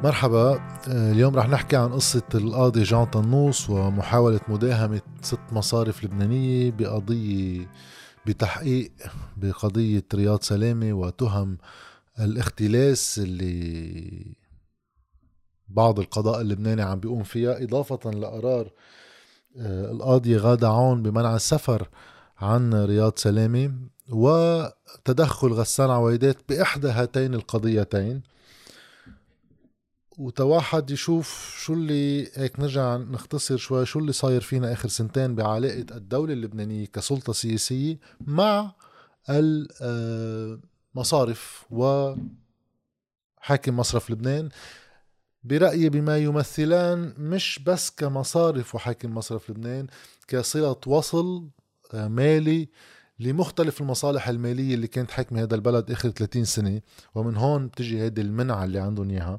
مرحبا. اليوم رح نحكي عن قصة القاضي جان طنوس ومحاولة مداهمة 6 مصارف لبنانية بتحقيق بقضية رياض سلامة وتهم الاختلاس اللي بعض القضاء اللبناني عم بيقوم فيها، إضافة لقرار القاضية غادة عون بمنع السفر عن رياض سلامة وتدخل غسان عويدات بإحدى هاتين القضيتين. وتواحد يشوف شو اللي هيك، نرجع نختصر شوي شو اللي صاير فينا آخر سنتين بعلاقة الدولة اللبنانية كسلطة سياسية مع المصارف وحاكم مصرف لبنان، برأيي بما يمثلان مش بس كمصارف وحاكم مصرف لبنان، كصلة وصل مالي لمختلف المصالح المالية اللي كانت حاكمة هذا البلد آخر 30 سنة. ومن هون بتجي هذه المنعة اللي عندهم إياها.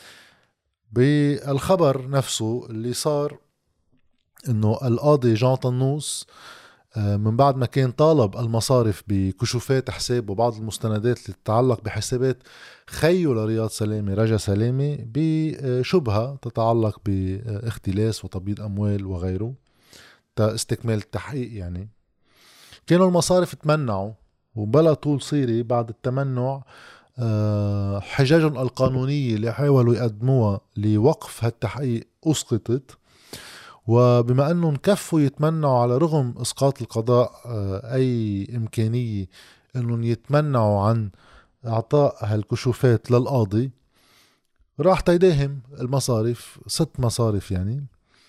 بالخبر نفسه اللي صار انه القاضي جان طنوس من بعد ما كان طالب المصارف بكشوفات حساب وبعض المستندات اللي تتعلق بحسابات خيه لرياض سلامة رجا سلامة بشبهة تتعلق باختلاس وتبييض أموال وغيره استكمال التحقيق، يعني كانوا المصارف تمنعوا، وبلا طول صيري بعد التمنع حججهم القانونية اللي حاولوا يقدموها لوقف هالتحقيق أسقطت. وبما أنهم كفوا يتمنعوا على رغم إسقاط القضاء أي إمكانية أنهم يتمنعوا عن إعطاء هالكشوفات للقاضي، راح تيداهم المصارف 6 مصارف يعني.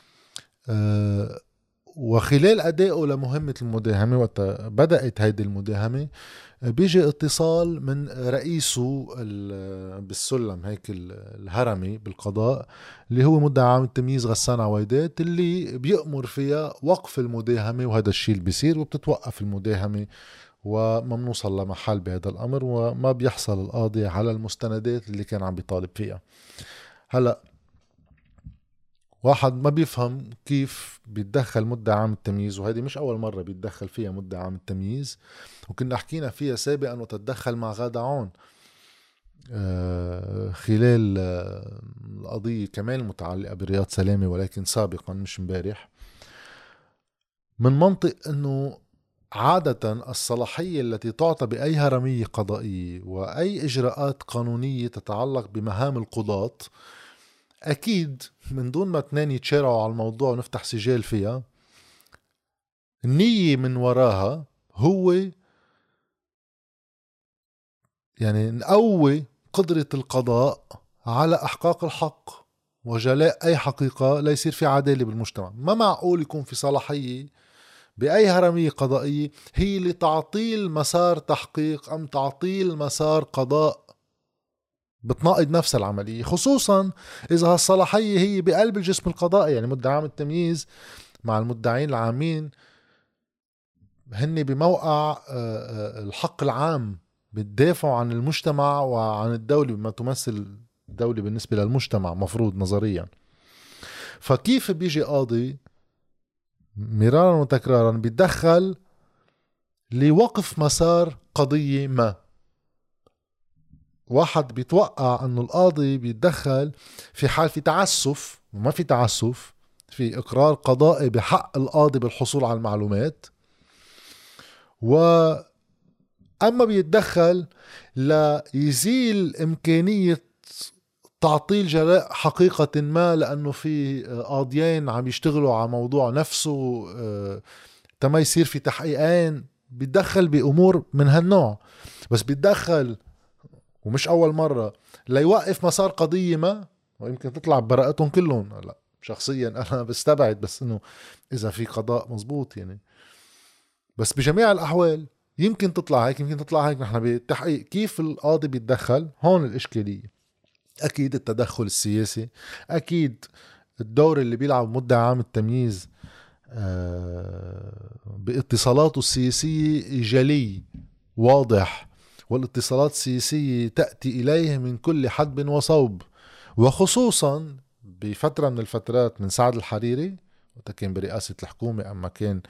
وخلال أدائه لمهمة المداهمة وقت بدأت هيدي المداهمة بيجي اتصال من رئيسه بالسلم هيك الهرمي بالقضاء اللي هو مدعي عام التمييز غسان عويدات، اللي بيأمر فيها وقف المداهمة. وهذا الشيء اللي بيصير وبتتوقف المداهمة وما بنوصل لمحل بهذا الأمر، وما بيحصل القاضي على المستندات اللي كان عم بيطالب فيها. هلأ واحد ما بيفهم كيف بيتدخل مدعي عام التمييز، وهذه مش أول مرة بيتدخل فيها مدعي عام التمييز، وكنا حكينا فيها سابقا وتتدخل مع غادة عون خلال القضية كمان متعلقة برياض سلامة، ولكن سابقا مش مبارح. من منطق أنه عادة الصلاحية التي تعطى بأي هرمية قضائية وأي إجراءات قانونية تتعلق بمهام القضاة، أكيد من دون ما اثنين يتشارعوا على الموضوع ونفتح سجال فيها، النية من وراها هو يعني نقوي قدرة القضاء على إحقاق الحق وجلاء أي حقيقة ليصير في عدالة بالمجتمع. ما معقول يكون في صلاحية بأي هرمية قضائية هي لتعطيل مسار تحقيق أم تعطيل مسار قضاء بتناقض نفس العملية، خصوصا إذا هالصلاحية هي بقلب الجسم القضائي. يعني مدعي عام التمييز مع المدعين العامين هن بموقع الحق العام، بتدافعوا عن المجتمع وعن الدولة بما تمثل الدولة بالنسبة للمجتمع مفروض نظريا. فكيف بيجي قاضي مرارا وتكرارا بيتدخل لوقف مسار قضية ما؟ واحد بيتوقع انه القاضي بيتدخل في حال في تعسف، وما في تعسف، في اقرار قضائي بحق القاضي بالحصول على المعلومات، واما بيتدخل ليزيل امكانية تعطيل جلاء حقيقة ما لانه في قاضيين عم يشتغلوا على موضوع نفسه تما يصير في تحقيقين. بيتدخل بامور من هالنوع، بس بيتدخل ومش أول مرة ليوقف مسار قضية ما، ويمكن تطلع براءتهم كلهم. لا شخصيا أنا بستبعد، بس إنه إذا في قضاء مزبوط يعني. بس بجميع الأحوال يمكن تطلع هيك يمكن تطلع هيك. نحن بالتحقيق كيف القاضي بيتدخل؟ هون الإشكالية. أكيد التدخل السياسي، أكيد الدور اللي بيلعب مدعي عام التمييز باتصالاته السياسية جلي واضح، والاتصالات السياسية تأتي إليه من كل حدب وصوب، وخصوصا بفترة من الفترات من سعد الحريري وقت كان برئاسة الحكومة، أما كان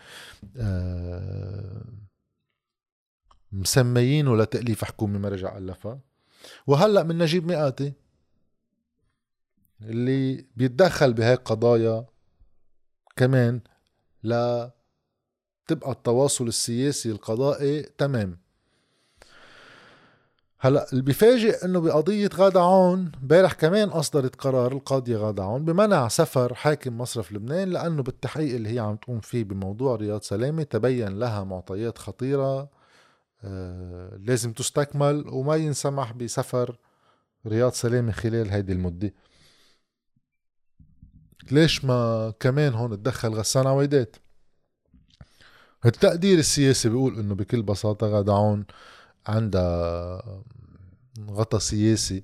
مسميينه لتأليف حكومة ما رجع ألفها، وهلأ من نجيب مئاتي. اللي بيتدخل بهاي القضايا كمان لا تبقى التواصل السياسي القضائي تمام. هلا اللي بيفاجئ انه بقضية غادة عون امبارح كمان اصدرت قرار القاضية غادة عون بمنع سفر حاكم مصرف لبنان، لانه بالتحقيق اللي هي عم تقوم فيه بموضوع رياض سلامة تبين لها معطيات خطيرة لازم تستكمل، وما ينسمح بسفر رياض سلامة خلال هيدي المدة. ليش ما كمان هون تدخل غسان عويدات؟ التقدير السياسي بيقول انه بكل بساطة غادة عون عندها غطى سياسي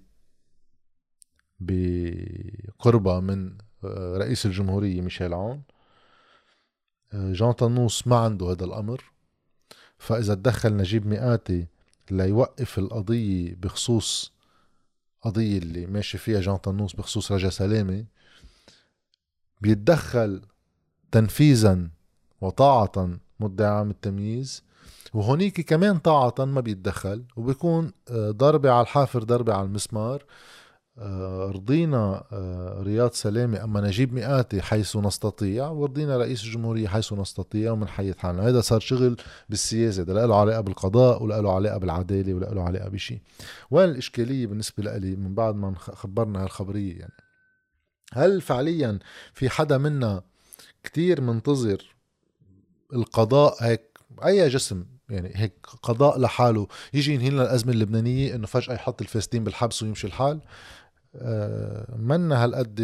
بقربة من رئيس الجمهورية ميشيل عون. جان طنوس ما عنده هذا الأمر، فإذا تدخل نجيب مئاتي ليوقف القضية بخصوص قضية اللي ماشي فيها جان طنوس بخصوص رجا سلامة، بيتدخل تنفيذا وطاعة مدعي عام التمييز، وهونيك كمان طاعة ما بيتدخل، وبيكون ضربة على الحافر ضربة على المسمار. رضينا رياض سلامة أما نجيب مئاتي حيث نستطيع، ورضينا رئيس الجمهورية حيث نستطيع، ومن حيث حالنا. هذا صار شغل بالسياسة، ده لا له علاقة بالقضاء ولا له علاقة بالعدالة ولا له علاقة بشيء. وين الإشكالية بالنسبة لي من بعد ما خبرنا هالخبرية؟ يعني هل فعليا في حدا منا كتير منتظر القضاء هيك أي جسم يعني هيك قضاء لحاله يجي ينهي لنا الأزمة اللبنانية إنه فجأة يحط الفاسدين بالحبس ويمشي الحال؟ منا هالقد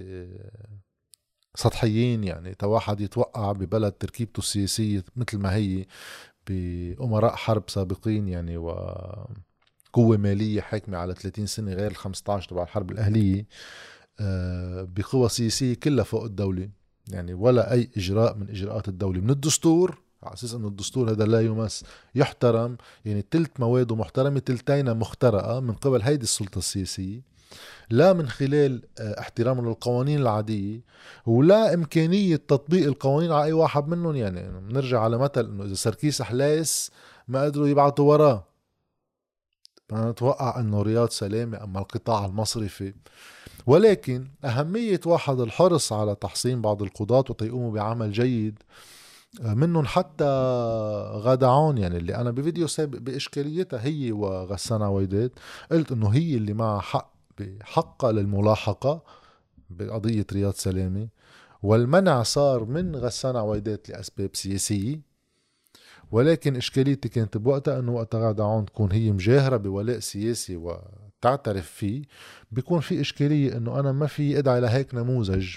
سطحيين يعني تواحد يتوقع ببلد تركيبته السياسية مثل ما هي، بأمراء حرب سابقين يعني وقوة مالية حاكمة على 30 سنة غير ال 15 تبع الحرب الأهلية، بقوة سياسية كلها فوق الدولة يعني، ولا أي إجراء من إجراءات الدولة من الدستور على أساس أنه الدستور هذا لا يمس يحترم، يعني تلت مواده محترمة تلتين مخترقة من قبل هيدي السلطة السياسية، لا من خلال احترام للقوانين العادية ولا إمكانية تطبيق القوانين على أي واحد منهم. يعني بنرجع على مثل إنه إذا سركيس حلاس ما قدروا يبعتوا وراه، أنا أتوقع أنه رياض سلامة أما القطاع المصرفي. ولكن أهمية واحد الحرص على تحصين بعض القضاة وتيقوموا بعمل جيد منهم، حتى غادة عون يعني اللي أنا بفيديو سابق بإشكاليتها هي وغسان عويدات قلت أنه هي اللي مع حق بحقها للملاحقة بقضية رياض سلامة، والمنع صار من غسان عويدات لأسباب سياسية. ولكن إشكاليتي كانت بوقتها أنه وقتها غادة عون تكون هي مجاهرة بولاء سياسي وتعترف فيه، بيكون في إشكالية أنه أنا ما في أدعي لهيك نموذج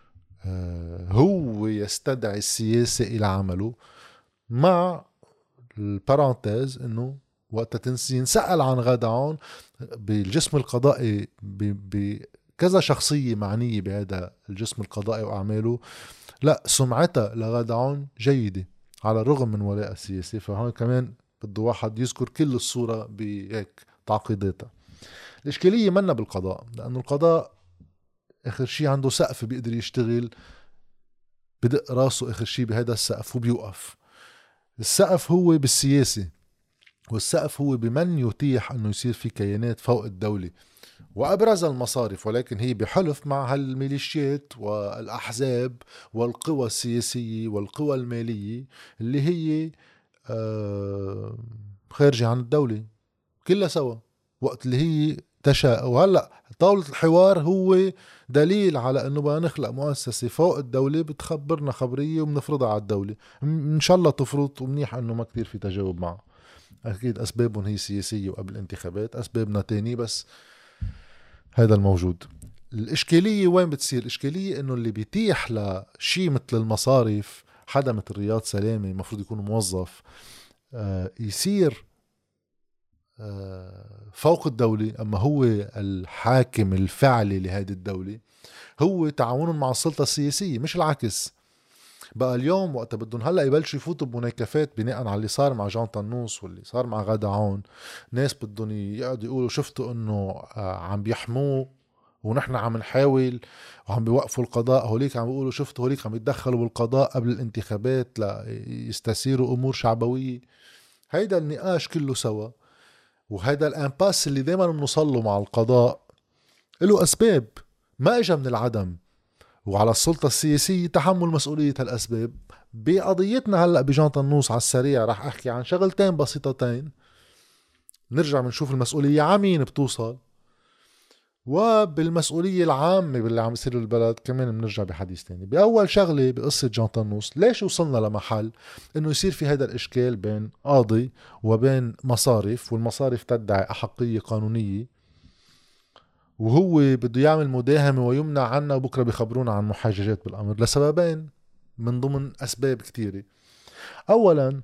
هو يستدعي السياسة إلى عمله، مع البارانتيز أنه وقت ينسأل عن غادة عون بالجسم القضائي بكذا شخصية معنية بهذا الجسم القضائي وأعماله، لا سمعتها لغادة عون جيدة على الرغم من ولاء السياسي. فهون كمان بده واحد يذكر كل الصورة بهيك تعقيداتها. الإشكالية منا بالقضاء، لأنه القضاء آخر شي عنده سقف بيقدر يشتغل، بدق راسه آخر شي بهذا السقف وبيوقف. السقف هو بالسياسة، والسقف هو بمن يتيح أنه يصير في كيانات فوق الدولة وأبرز المصارف، ولكن هي بحلف مع هالميليشيات والأحزاب والقوى السياسية والقوى المالية اللي هي خارجة عن الدولة كلها سوا وقت اللي هي تشاء. وهلأ طاولة الحوار هو دليل على أنه بدنا نخلق مؤسسة فوق الدولة بتخبرنا خبرية وبنفرضها على الدولة، إن شاء الله تفرض، ومنيح أنه ما كتير في تجاوب معه. أكيد أسبابهم هي سياسية وقبل الانتخابات، أسبابنا تاني، بس هذا الموجود. الإشكالية وين بتصير؟ الإشكالية إنه اللي بيتيح لشي مثل المصارف، حدا مثل رياض سلامة المفروض يكون موظف يصير فوق الدولة، أما هو الحاكم الفعلي لهذه الدولة، هو تعاون مع السلطة السياسية مش العكس. بقى اليوم وقت بدهم هلا يبلشوا يفوتوا بمناكفات بناء على اللي صار مع جان طنوس واللي صار مع غادة عون، ناس بدهم يقعدوا يقولوا شفتوا انه عم بيحموه ونحن عم نحاول وعم بيوقفوا القضاء، هوليك عم بيقولوا شفتوا هوليك عم يتدخلوا بالقضاء قبل الانتخابات ليستثيروا امور شعبوية. هيدا النقاش كله سوا، وهيدا الانباس اللي دايما بنوصل له مع القضاء له اسباب ما اجى من العدم، وعلى السلطة السياسية تحمل مسؤولية هالأسباب. بقضيتنا هلأ بجان طنوس على السريع رح أحكي عن شغلتين بسيطتين، نرجع بنشوف المسؤولية عمين بتوصل، وبالمسؤولية العامة باللي عم يصير بالبلد كمان بنرجع بحديث تاني. بأول شغلة بقصة جان طنوس، ليش وصلنا لمحل إنه يصير في هذا الإشكال بين قاضي وبين مصارف، والمصارف تدعي أحقية قانونية، وهو بده يعمل مداهمة ويمنع عنا، وبكرة بيخبرونا عن محاججات بالأمر لسببين من ضمن أسباب كتيرة. أولا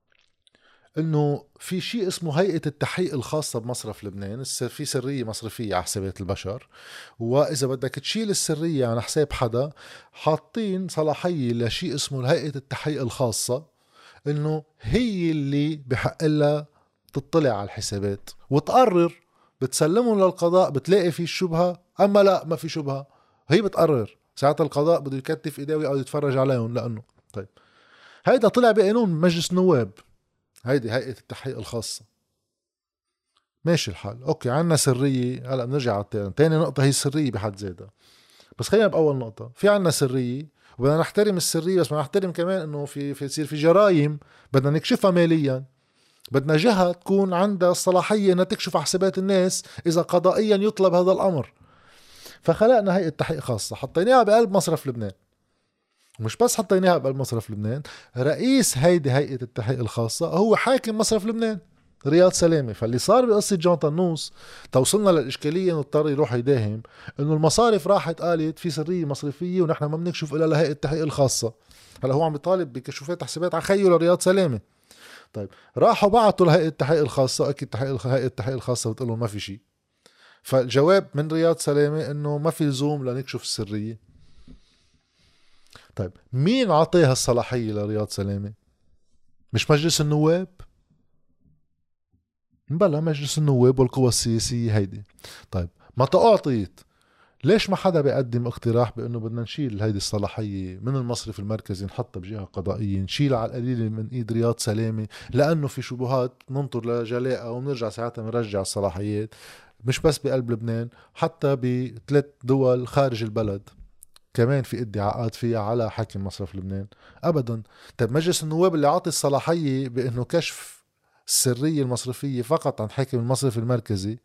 انه في شيء اسمه هيئة التحقيق الخاصة بمصرف لبنان، في سرية مصرفية على حسابات البشر، واذا بدك تشيل السرية عن حساب حدا حاطين صلاحية لشيء اسمه هيئة التحقيق الخاصة، انه هي اللي بحق لها تطلع على الحسابات وتقرر، بتسلمهم للقضاء بتلاقي في الشبهة، اما لا ما في شبهة هي بتقرر. ساعتها القضاء بده يكتف ايديه ويقعد يتفرج عليهم. لانه طيب هيدا طلع بقانون مجلس النواب، هيدي هيئة التحقيق الخاصة، ماشي الحال، اوكي عنا سرية. هلا بنرجع على تاني نقطة، هي السرية بحد ذاتها. بس خلينا بأول نقطة، في عنا سرية وبدنا نحترم السرية، بس بدنا نحترم كمان انه في يصير في جرائم بدنا نكشفها ماليا، بدنا جهة تكون عندها الصلاحية انها تكشف على حسابات الناس اذا قضائيا يطلب هذا الامر. فخلقنا هيئة تحقيق خاصة، حطيناها بقلب مصرف لبنان. مش بس حطيناها بقلب مصرف لبنان، رئيس هيدي هيئة التحقيق الخاصة هو حاكم مصرف لبنان رياض سلامة. فاللي صار بقصة جان طنوس توصلنا للإشكالية نضطر يروح يداهم إنه المصارف راحت قالت في سرية مصرفية ونحن ما بنكشف إلا لهيئة التحقيق الخاصة. هلا هو عم بيطالب بكشوفات حسابات على خيه لرياض سلامة. طيب راحوا بعتوا لهيئة التحقيق الخاصة، أكيد هيئة التحقيق الخاصة بتقول لهم ما في شيء. فالجواب من رياض سلامة إنه ما في لزوم لنكشف السرية. طيب مين عطيها الصلاحية لرياض سلامة؟ مش مجلس النواب؟ بلا مجلس النواب والقوى السياسية هيدي. طيب ما أعطيت، ليش ما حدا بيقدم اقتراح بأنه بدنا نشيل هيدي الصلاحية من المصرف المركزي نحطها بجهة قضائية، نشيلها على القليل من ايد رياض سلامة، لأنه في شبهات ننطر لجلاءها ونرجع ساعتها نرجع الصلاحيات، مش بس بقلب لبنان، حتى بثلاث دول خارج البلد كمان في ادعاءات فيها على حاكم مصرف لبنان. ابدا. طيب مجلس النواب اللي عاطي الصلاحيه بانه كشف السريه المصرفيه فقط عن حاكم المصرف المركزي،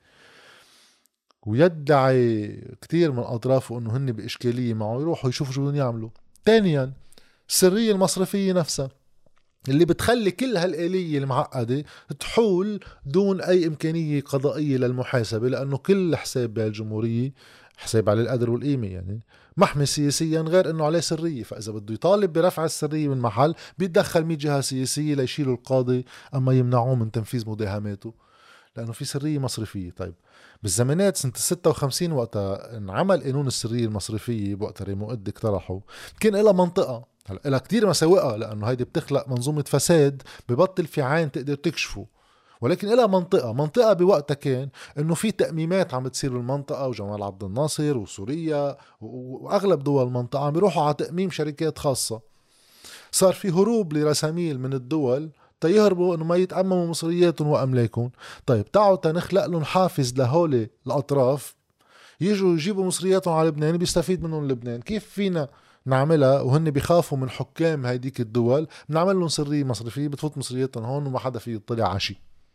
ويدعي كتير من اطرافه انه هن باشكاليه معه، يروحوا يشوفوا شو بدهم يعملوا. ثانيا السريه المصرفيه نفسها اللي بتخلي كل هالآلية المعقدة تحول دون أي إمكانية قضائية للمحاسبة، لأنه كل حساب بهالجمهورية حساب على القدر والقيمة، يعني محمي سياسيا غير أنه عليه سرية. فإذا بده يطالب برفع السرية من محل بيتدخل 100 جهة سياسية ليشيلوا القاضي أما يمنعوه من تنفيذ مداهماته لأنه في سرية مصرفية. طيب بالزمانات سنة 56 وقتها انعمل قانون السرية المصرفية، بوقتها ريمو قد اقترحه، كان لها منطقة، هلا لها كتير مساوئة لأنه هيدي بتخلق منظومة فساد ببطل في عين تقدر تكشفه، ولكن لها منطقة بوقتها كان انه في تأميمات عم بتصير بالمنطقة، وجمال عبد الناصر وسوريا واغلب دول المنطقة عم يروحوا على تأميم شركات خاصة. صار في هروب لرساميل من الدول تيهربوا انه ما يتأمموا مصرياتهم واملاكهم. طيب تعالوا تنخلق لهم حافز لهول الاطراف يجوا يجيبوا مصرياتهم على لبنان، بيستفيد منهم لبنان. كيف فينا نعملها وهن بيخافوا من حكام هيديك الدول؟ بنعمل لهم سرية مصرفية بتفوت مصرياتهم هون وما حدا فيه يطلع عشي.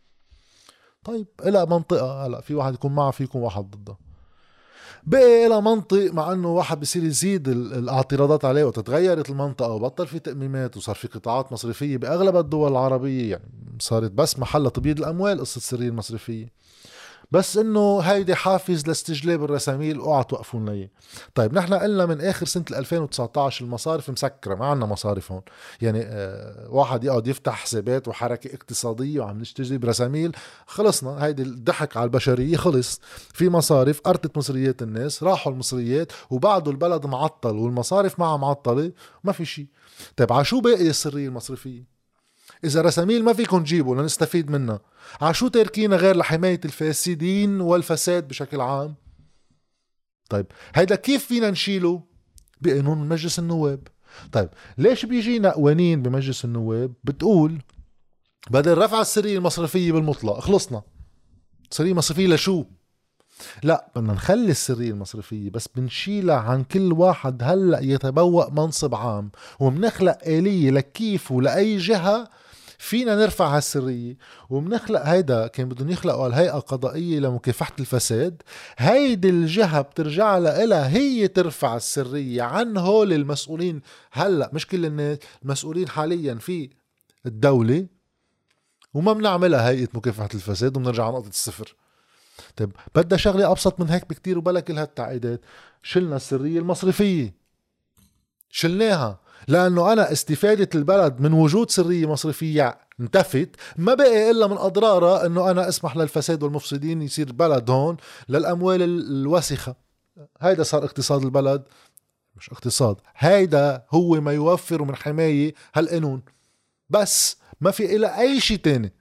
طيب إلى منطقة، هلا في واحد يكون معه، في يكون واحد ضده. بقي إلى منطق مع انه واحد بيصير يزيد الاعتراضات عليه، وتتغيرت المنطقة وبطل في تأميمات وصار في قطاعات مصرفية بأغلب الدول العربية، يعني صارت بس محل تبييض الأموال قصة السرية المصرفية. بس انه هيدي حافز لاستجلاب الرساميل، اوعى توقفون لي. طيب نحن قلنا من اخر سنة 2019 المصارف مسكرة، ما عنا مصارف هون، يعني واحد يقعد يفتح حسابات وحركة اقتصادية وعم نستجلب رساميل، خلصنا هيدي الضحك على البشرية خلص. في مصارف قرطت مصريات الناس، راحوا المصريات وبعده البلد معطل والمصارف معها معطلة، ما في شيء. طيب عشو باقي السرية المصرفية؟ إذا رساميل ما فيكن تجيبوا لنستفيد منها، عشو تركينا غير لحماية الفاسدين والفساد بشكل عام؟ طيب هيدا كيف فينا نشيله؟ بقانون مجلس النواب. طيب ليش بيجينا قوانين بمجلس النواب بتقول بدل رفع السرية المصرفية بالمطلق خلصنا؟ سرية مصرفية لشو؟ لا بدنا نخلي السرية المصرفية بس بنشيلها عن كل واحد هلأ يتبوأ منصب عام، وبنخلق آلية لكيف ولأي جهة فينا نرفع هالسرية. وبنخلق هيدا كان بدهم يخلقوا الهيئة القضائية لمكافحة الفساد، هيدي الجهة بترجع لها هي ترفع السرية عن هول المسؤولين. هلأ مش كل الناس المسؤولين حاليا في الدولة، وما بنعملها هيئة مكافحة الفساد وبنرجع على نقطة الصفر. طيب بدها شغلة أبسط من هيك بكتير وبلا كل هالتعقيدات. شلنا السرية المصرفية، شلناها، لأنه أنا استفادة البلد من وجود سرية مصرفية انتفت، ما بقي إلا من أضرارها أنه أنا أسمح للفساد والمفسدين يصير بلد هون للأموال الوسخة. هيدا صار اقتصاد البلد، مش اقتصاد، هيدا هو ما يوفر من حماية هالقانون، بس ما في إلا أي شيء تاني.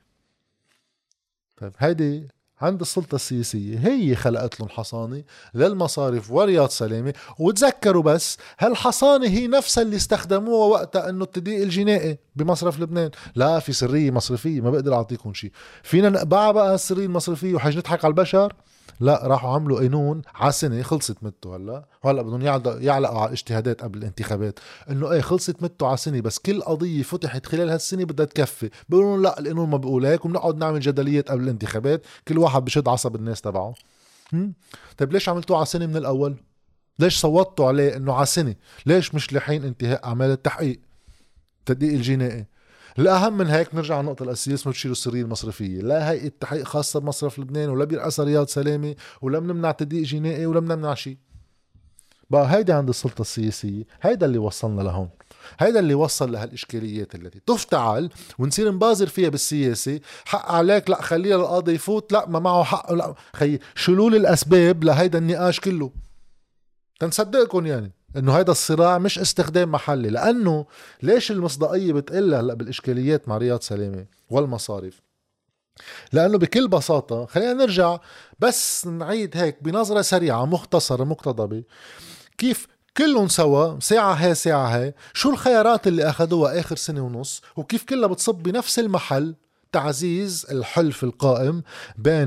طيب هيدي عند السلطة السياسية هي خلقت لهم حصانة للمصارف ورياض سلامة. وتذكروا بس هالحصانة هي نفسها اللي استخدموها وقتها انه التدقيق الجنائي بمصرف لبنان. لا في سرية مصرفية ما بقدر اعطيكم شيء، فينا نقبعها بقى السرية المصرفية وحاج نضحك على البشر؟ لا، راحوا عملوا قانون على سنة خلصت مدته. هلا بدهم يعلقوا على الاجتهادات قبل الانتخابات انه ايه خلصت مدته على سنة، بس كل قضية فتحت خلال هالسنة بدها تكفي. بيقولوا لا القانون ما بيقول هيك، وبنقعد نعمل جدليات قبل الانتخابات كل واحد بشد عصب الناس تبعه. طيب ليش عملتوه على سنة من الاول؟ ليش صوتوا عليه انه على سنة؟ ليش مش لحين انتهاء اعمال التحقيق التدقيق الجنائي؟ الأهم من هيك نرجع على النقطة الأساسية، اسمه تشيلوا السرية المصرفية. لا هيئة تحقيق خاصة بمصرف لبنان، ولا بيرأسها رياض سلامة، ولا بنمنع تدقيق جنائي، ولا بنمنع شيء. بقى هيدا عند السلطة السياسية، هيدا اللي وصلنا لهون، هيدا اللي وصل لهالإشكاليات التي تفتعل ونصير نبازر فيها بالسياسة. حق عليك، لا خليها القاضي يفوت، لا ما معه حق، لا خي شلول الأسباب لهيدا النقاش كله تنصدقكم يعني انه هيدا الصراع مش استخدام محلي. لانه ليش المصداقية بتقل هلا بالاشكاليات مع رياض سلامة والمصارف؟ لانه بكل بساطة خلينا نرجع بس نعيد هيك بنظرة سريعة مختصرة مقتضبة كيف كلهم سوا ساعة هي ساعة هي شو الخيارات اللي اخذوها اخر سنة ونص، وكيف كلها بتصب بنفس المحل: تعزيز الحلف القائم بين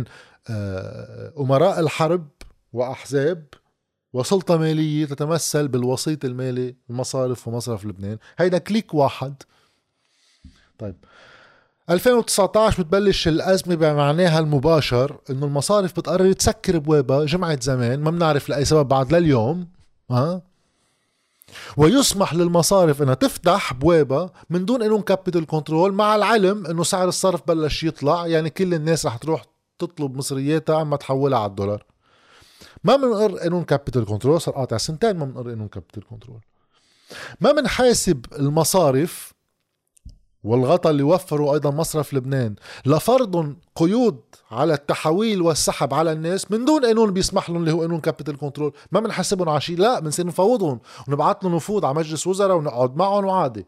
امراء الحرب واحزاب وسلطة مالية تتمثل بالوسيط المالي المصارف ومصرف لبنان. هيدا كليك واحد. طيب 2019 بتبلش الأزمة بمعناها المباشر انه المصارف بتقرر تسكر بوابة جمعة زمان ما بنعرف لأي سبب بعد لليوم، ويسمح للمصارف انها تفتح بوابة من دون قانون كابيتال كنترول، مع العلم انه سعر الصرف بلش يطلع، يعني كل الناس رح تروح تطلب مصرياتها اما تحولها على الدولار. ما بنقر قانون كابيتال كنترول، صار قاطع سنتين ما بنقر قانون كابيتال كنترول. ما بنحاسب المصارف والغطاء اللي وفروا ايضا مصرف لبنان لفرض قيود على التحويل والسحب على الناس من دون قانون بيسمح لهم اللي هو قانون كابيتال كنترول. ما بنحاسبهم على شيء، لا بنصير نفوضهم ونبعث لهم وفود على مجلس وزراء ونقعد معهم وعادي.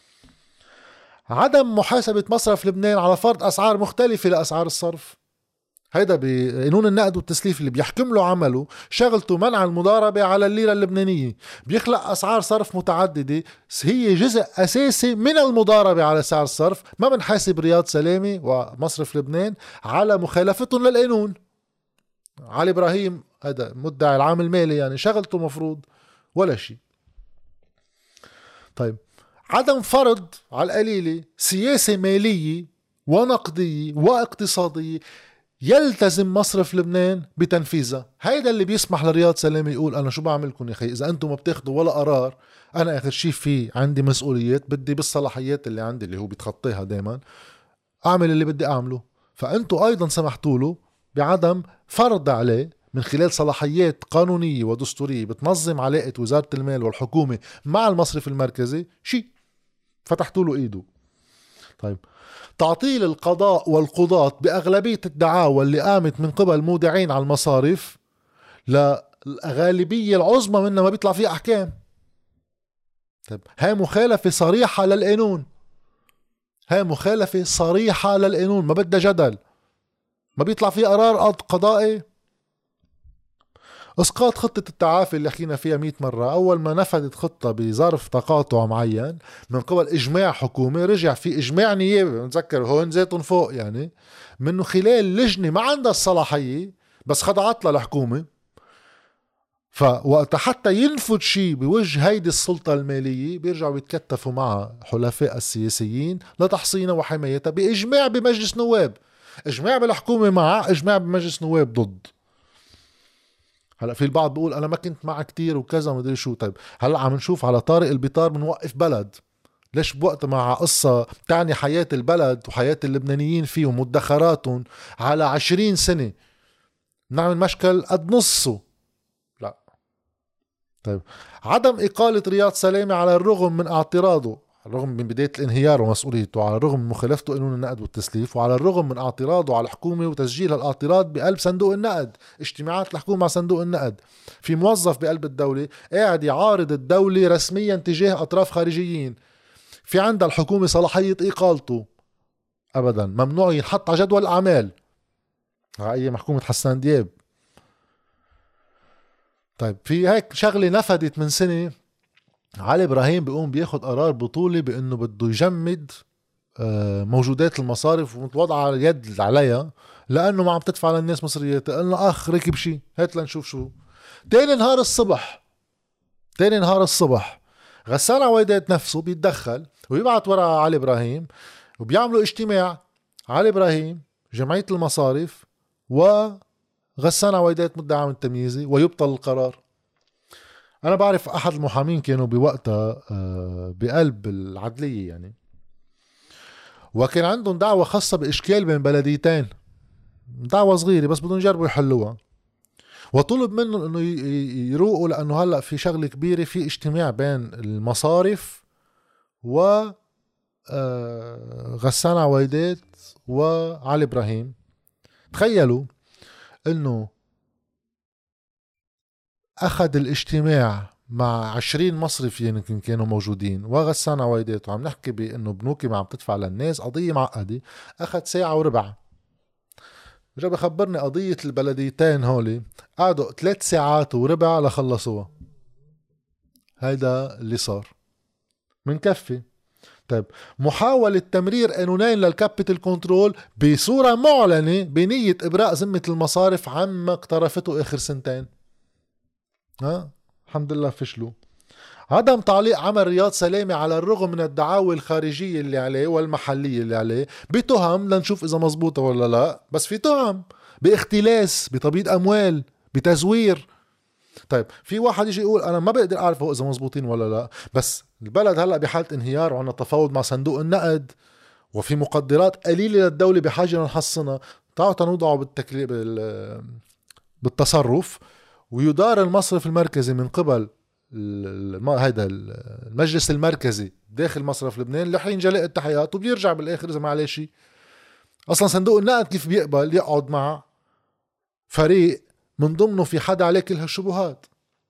عدم محاسبة مصرف لبنان على فرض اسعار مختلفة لاسعار الصرف، هيدا بقانون النقد والتسليف اللي بيحكم له عمله شغلته منع المضاربة على الليرة اللبنانية، بيخلق أسعار صرف متعددة هي جزء أساسي من المضاربة على سعر الصرف. ما بنحاسب رياض سلامة ومصرف لبنان على مخالفتهم للقانون. علي إبراهيم هذا مدعي العام المالي يعني شغلته مفروض ولا شيء. طيب عدم فرض على القليلة سياسة مالية ونقدية واقتصادية يلتزم مصرف لبنان بتنفيذها، هيدا اللي بيسمح لرياض سلامة يقول أنا شو بعملكم يا أخي إذا أنتم ما بتاخدوا ولا قرار، أنا آخر شي في عندي مسؤوليات بدي بالصلاحيات اللي عندي اللي هو بيتخطيها دايما أعمل اللي بدي أعمله. فأنتم أيضا سمحتوا له بعدم فرض عليه من خلال صلاحيات قانونية ودستورية بتنظم علاقة وزارة المال والحكومة مع المصرف المركزي شي، فتحتوا له إيده. طيب تعطيل القضاء والقضاة بأغلبية الدعاوى اللي قامت من قبل مودعين على المصارف للغالبية العظمى منها ما بيطلع فيه أحكام. طيب هاي مخالفة صريحة للقانون، هاي مخالفة صريحة للقانون ما بدها جدل، ما بيطلع فيه قرار قضائي. اسقاط خطة التعافي اللي حكينا فيها 100 مرة، اول ما نفذت خطة بظرف تقاطع معين من قبل اجماع حكومي رجع في اجماع نيابي، نتذكر هون زيتون فوق يعني منه خلال لجنة ما عندها الصلاحية بس خضعت لها الحكومة. فوقت حتى ينفذ شيء بوجه هيدي السلطة المالية بيرجعوا يتكتفوا مع حلفاء السياسيين لتحصينها وحمايتها بإجماع بمجلس نواب. إجماع بالحكومة مع إجماع بمجلس نواب ضد. هلا في البعض بيقول أنا ما كنت مع كتير وكذا ومدري شو. طيب هلا عم نشوف على طارق البطار بنوقف بلد، ليش بوقت مع قصة تعني حياة البلد وحياة اللبنانيين فيه ومدخراتهم على 20 سنة نعمل مشكل قد نصه؟ لا. طيب عدم إقالة رياض سلامة على الرغم من اعتراضه، على الرغم من بداية الانهيار ومسؤوليته، على الرغم من مخالفته قانون النقد والتسليف، وعلى الرغم من اعتراضه على الحكومة وتسجيل هالاعتراض بقلب صندوق النقد، اجتماعات الحكومة مع صندوق النقد، في موظف بقلب الدولة قاعد يعارض الدولة رسميا تجاه أطراف خارجيين، في عندها الحكومة صلاحية إقالته، أبدا ممنوع ينحط على جدول الأعمال. هاي محكومة حسان دياب. طيب في هيك شغلة نفدت من سنة، علي إبراهيم بيقوم بياخد قرار بطولي بأنه بده يجمد موجودات المصارف ومتوضعة يد عليها لأنه ما عم تدفع للناس مصريات. قلنا ركب شي، هات لنشوف شو. تاني نهار الصبح غسان عويدات نفسه بيتدخل ويبعت ورا علي إبراهيم وبيعملوا اجتماع علي إبراهيم جمعية المصارف وغسان عويدات مدعي عام التمييزي ويبطل القرار. أنا بعرف أحد المحامين كانوا بوقتها بقلب العدلية يعني، وكان عندهم دعوة خاصة بإشكال بين بلديتين، دعوة صغيرة بس بدهم يجربوا يحلوها، وطلب منهم انه يروقوا لانه هلأ في شغلة كبيرة، في اجتماع بين المصارف و غسان عويدات وعلي إبراهيم. تخيلوا انه اخذ الاجتماع مع 20 مصرف يمكن كانوا موجودين وغسان عويدات، وعم نحكي بانه بنوكي ما عم تدفع للناس، قضية معقدة، اخذ ساعة وربع. رجع بخبرني قضية البلديتين هولي قعدوا 3 ساعات وربع لخلصوها. هيدا اللي صار منكفي. طيب محاولة تمرير قانونين للكابيتال كنترول بصورة معلنة بنية إبراء ذمة المصارف عما اقترفته آخر سنتين، الحمد لله فشلوا. عدم تعليق عمل رياض سلامة على الرغم من الدعاوى الخارجية اللي عليه والمحلية اللي عليه بتهم، لنشوف إذا مزبوطة ولا لا، بس في تهم باختلاس، بتبييض أموال، بتزوير. طيب في واحد يجي يقول أنا ما بقدر أعرف إذا مزبوطين ولا لا، بس البلد هلأ بحالة انهيار وعنا تفاوض مع صندوق النقد وفي مقدرات قليلة للدولة بحاجة نحصنها، تعالوا تنوضعوا بالتصرف ويدار المصرف المركزي من قبل هيدا المجلس المركزي داخل مصرف لبنان لحين جلاء التحيات، وبيرجع بالاخر اذا ما عليه شيء. اصلا صندوق النقد كيف بيقبل يقعد مع فريق من ضمنه في حدا عليه كل هالشبهات؟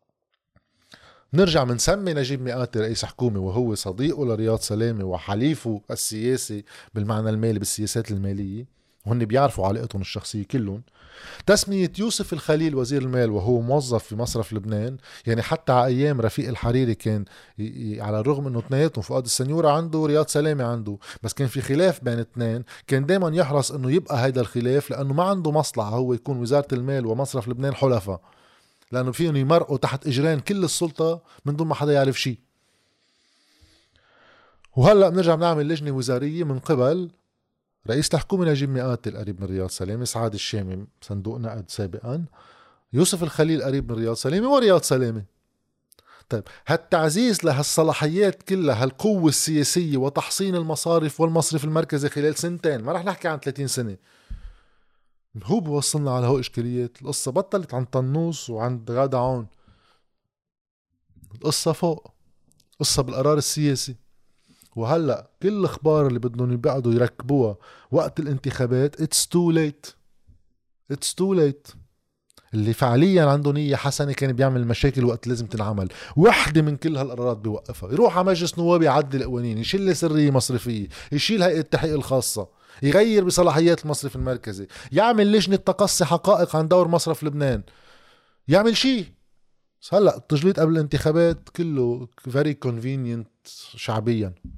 نرجع منسمي نجيب مئاتي رئيس حكومة وهو صديقه لرياض سلامة وحليفه السياسي بالمعنى المالي بالسياسات المالية، وهن بيعرفوا علاقتهم الشخصية كلهم. تسمية يوسف الخليل وزير المال وهو موظف في مصرف لبنان، يعني حتى على أيام رفيق الحريري كان على الرغم أنه اثنيناتهم فؤاد السنيورة عنده رياض سلامة عنده، بس كان في خلاف بين اثنين، كان دايما يحرص أنه يبقى هيدا الخلاف لأنه ما عنده مصلحة هو يكون وزارة المال ومصرف لبنان حلفاء، لأنه فيهم يمرقوا تحت إجرين كل السلطة من دون ما حدا يعرف شيء. وهلأ بنرجع بنعمل لجنة وزارية من قبل رئيس الحكومة نجيب مئاتي القريب من رياض سلامة، سعاد الشامي صندوق نقد سابقا، يوسف الخليل قريب من رياض سلامة ورياض سلامة. طيب هالتعزيز لهالصلاحيات كلها، هالقوة السياسية وتحصين المصارف والمصرف المركزي خلال سنتين، ما رح نحكي عن 30 سنة، هو بوصلنا على هو إشكاليات. القصة بطلت عن طنوس وعند غادة عون، القصة فوق، قصة بالقرار السياسي. وهلأ كل الأخبار اللي بدهم يبعدوا يركبوها وقت الانتخابات it's too late. اللي فعليا عنده نية حسنة كان بيعمل مشاكل وقت لازم تنعمل، واحدة من كل هالقرارات بيوقفها، يروح على مجلس نواب يعدل قوانين، يشيل سرية مصرفية، يشيل هيئة التحقيق الخاصة، يغير بصلاحيات المصرف المركزي، يعمل لجنة تقصي حقائق عن دور مصرف لبنان، يعمل شيء. هلأ التجليط قبل الانتخابات كله very convenient شعبيا.